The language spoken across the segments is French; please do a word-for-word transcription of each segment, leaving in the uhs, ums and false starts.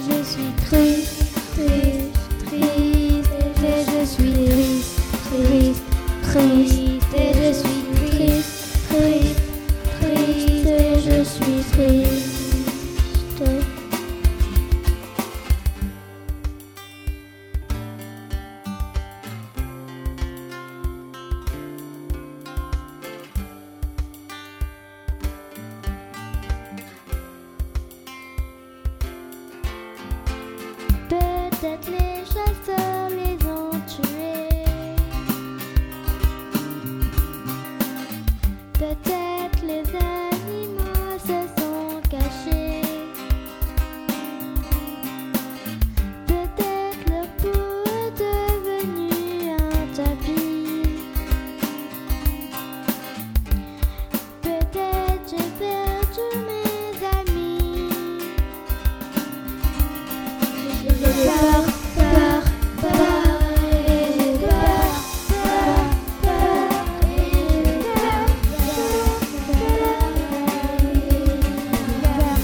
je suis triste, triste, triste, et je suis triste, triste, triste, et je suis triste, triste, triste, et je suis triste. Peut-être les chasseurs les ont tués. Peut-être les animaux se sont cachés. Peut-être leur peau est devenue un tapis. Peut-être j'ai perdu mes amis. J'ai peur, peur, peur, et j'ai peur, peur, peur, et j'ai peur, peur, peur, et j'ai peur.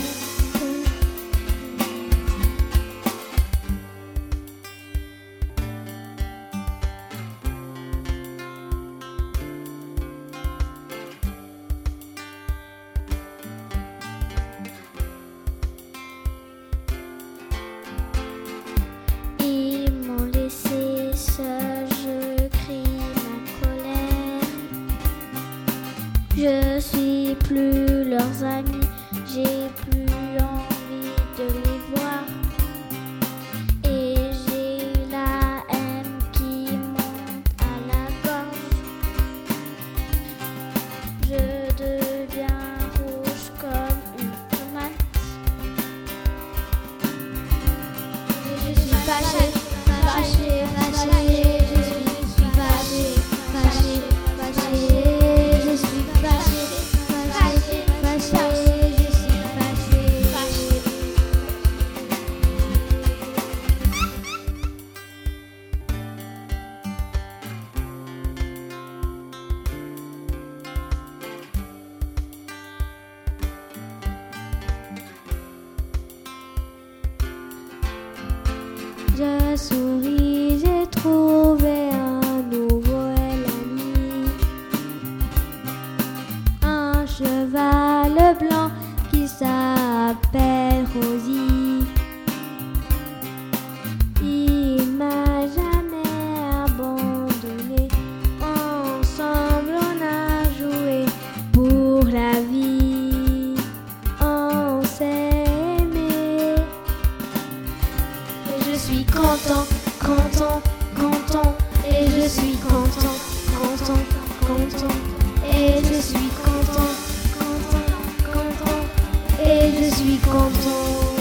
Ils m'ont laissé seul, je crie ma colère. Je suis plus leurs amis, j'ai plus envie de les voir. Et j'ai la haine qui monte à la gorge. Je deviens rouge comme une tomate. Je suis fâchée, fâchée, fâchée, je suis fâchée, fâchée, fâchée, je suis fâchée, fâchée, fâchée, je suis fâchée, fâchée. Je souris, j'ai trouvé un nouvel ami. Un cheval blanc qui s'appelle Rosie. Il m'a jamais abandonné. Ensemble on a joué pour la vie. On s'est aimé. Et je suis content, content, content. Et je suis content, content, content. Et je suis content, content, content. Et je suis content.